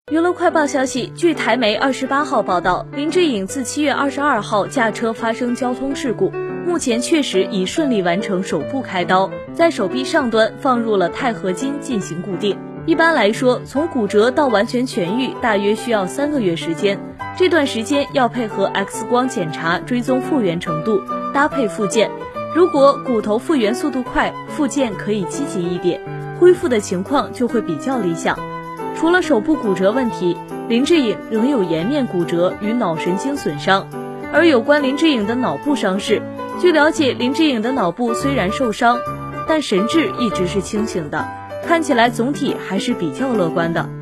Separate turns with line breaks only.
娱乐快报消息，据台媒28号报道，林志颖自7月22号驾车发生交通事故，目前确实已顺利完成手部开刀，在手臂上端放入了钛合金进行固定。一般来说，从骨折到完全痊愈大约需要3个月时间，这段时间要配合 X 光检查追踪复原程度，搭配复健。如果骨头复原速度快，复健可以积极一点，恢复的情况就会比较理想。除了手部骨折问题，林志颖仍有颜面骨折与脑神经损伤。而有关林志颖的脑部伤势，据了解，林志颖的脑部虽然受伤，但神志一直是清醒的，看起来总体还是比较乐观的。